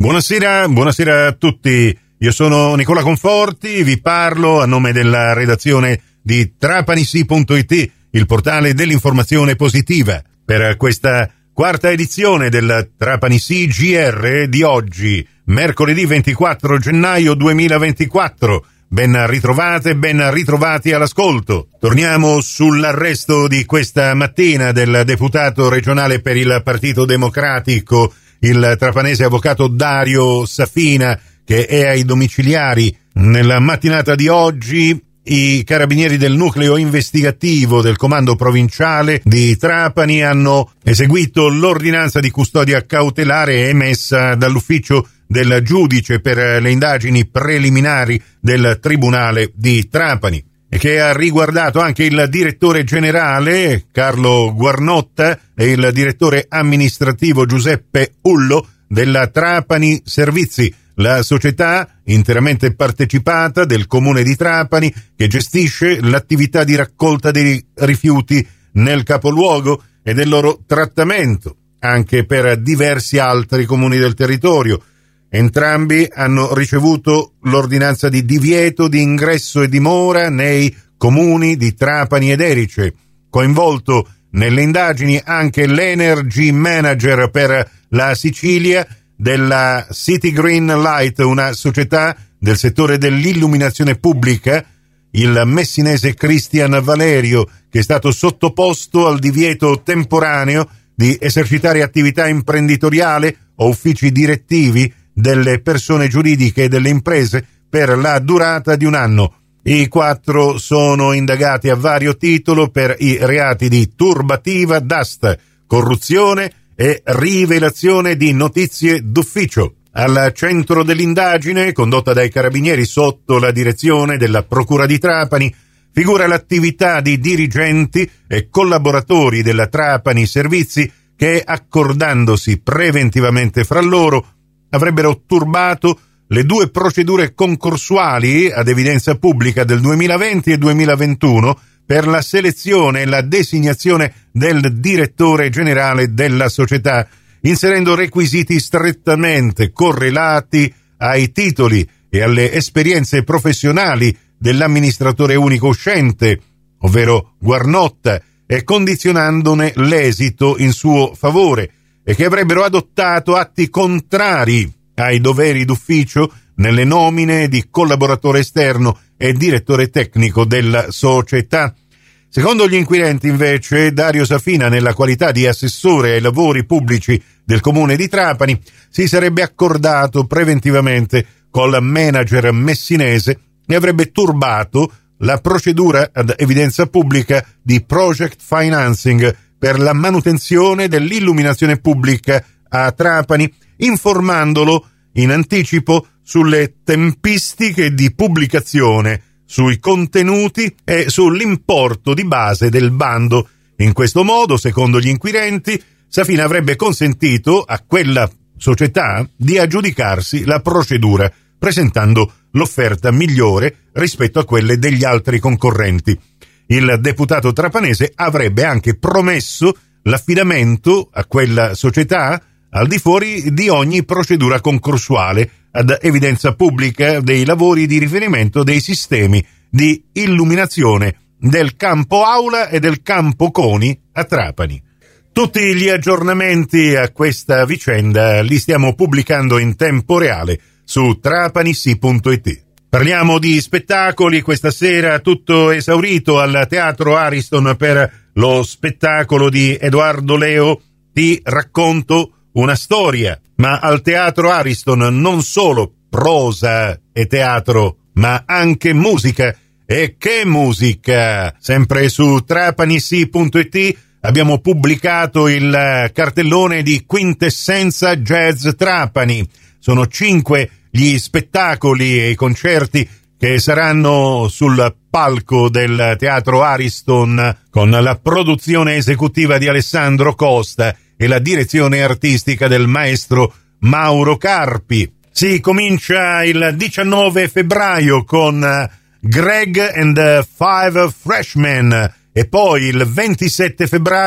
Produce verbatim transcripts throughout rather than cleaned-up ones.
Buonasera, buonasera a tutti. Io sono Nicola Conforti, vi parlo a nome della redazione di Trapanisi punto it, il portale dell'informazione positiva, per questa quarta edizione del Trapanisi G R di oggi, mercoledì ventiquattro gennaio duemilaventiquattro. Ben ritrovate, ben ritrovati all'ascolto. Torniamo sull'arresto di questa mattina del deputato regionale per il Partito Democratico, il trapanese avvocato Dario Safina, che è ai domiciliari. Nella mattinata di oggi i carabinieri del nucleo investigativo del comando provinciale di Trapani hanno eseguito l'ordinanza di custodia cautelare emessa dall'ufficio del giudice per le indagini preliminari del Tribunale di Trapani, e che ha riguardato anche il direttore generale Carlo Guarnotta e il direttore amministrativo Giuseppe Ullo della Trapani Servizi, la società interamente partecipata del comune di Trapani che gestisce l'attività di raccolta dei rifiuti nel capoluogo e del loro trattamento anche per diversi altri comuni del territorio. Entrambi hanno ricevuto l'ordinanza di divieto di ingresso e dimora nei comuni di Trapani ed Erice. Coinvolto nelle indagini anche l'Energy Manager per la Sicilia della City Green Light, una società del settore dell'illuminazione pubblica, il messinese Cristian Valerio, che è stato sottoposto al divieto temporaneo di esercitare attività imprenditoriale o uffici direttivi delle persone giuridiche e delle imprese per la durata di un anno. I quattro sono indagati a vario titolo per i reati di turbativa d'asta, corruzione e rivelazione di notizie d'ufficio. Al centro dell'indagine, condotta dai carabinieri sotto la direzione della Procura di Trapani, figura l'attività di dirigenti e collaboratori della Trapani Servizi che, accordandosi preventivamente fra loro, avrebbero turbato le due procedure concorsuali ad evidenza pubblica del duemilaventi e duemilaventuno per la selezione e la designazione del direttore generale della società, inserendo requisiti strettamente correlati ai titoli e alle esperienze professionali dell'amministratore unico uscente, ovvero Guarnotta, e condizionandone l'esito in suo favore, e che avrebbero adottato atti contrari ai doveri d'ufficio nelle nomine di collaboratore esterno e direttore tecnico della società. Secondo gli inquirenti, invece, Dario Safina, nella qualità di assessore ai lavori pubblici del comune di Trapani, si sarebbe accordato preventivamente col manager messinese e avrebbe turbato la procedura ad evidenza pubblica di project financing per la manutenzione dell'illuminazione pubblica a Trapani, informandolo in anticipo sulle tempistiche di pubblicazione, sui contenuti e sull'importo di base del bando. In questo modo, secondo gli inquirenti, Safina avrebbe consentito a quella società di aggiudicarsi la procedura, presentando l'offerta migliore rispetto a quelle degli altri concorrenti. Il deputato trapanese avrebbe anche promesso l'affidamento a quella società al di fuori di ogni procedura concorsuale ad evidenza pubblica dei lavori di riferimento dei sistemi di illuminazione del campo aula e del campo coni a Trapani. Tutti gli aggiornamenti a questa vicenda li stiamo pubblicando in tempo reale su Trapanisi punto it. Parliamo di spettacoli. Questa sera tutto esaurito al Teatro Ariston per lo spettacolo di Edoardo Leo, Ti racconto una storia. Ma al Teatro Ariston non solo prosa e teatro, ma anche musica. E che musica! Sempre su Trapanisi punto it abbiamo pubblicato il cartellone di Quintessenza Jazz Trapani. Sono cinque gli spettacoli e i concerti che saranno sul palco del Teatro Ariston, con la produzione esecutiva di Alessandro Costa e la direzione artistica del maestro Mauro Carpi. Si comincia il diciannove febbraio con Greg and the Five Freshmen e poi il ventisette febbraio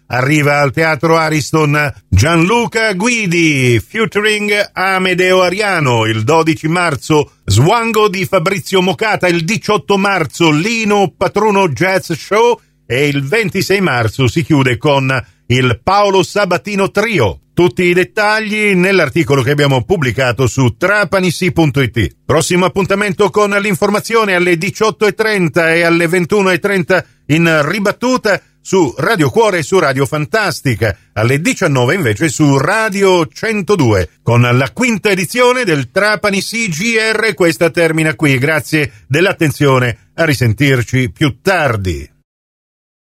arriva al Teatro Ariston Gianluca Guidi featuring Amedeo Ariano. Il dodici marzo Swango di Fabrizio Mocata, il diciotto marzo Lino Patruno Jazz Show e il ventisei marzo si chiude con il Paolo Sabatino Trio. Tutti i dettagli nell'articolo che abbiamo pubblicato su trapanissi punto it. Prossimo appuntamento con l'informazione alle diciotto e trenta e alle ventuno e trenta in ribattuta su Radio Cuore e su Radio Fantastica, alle diciannove invece su Radio centodue con la quinta edizione del Trapani C G R. Questa termina qui, grazie dell'attenzione, a risentirci più tardi.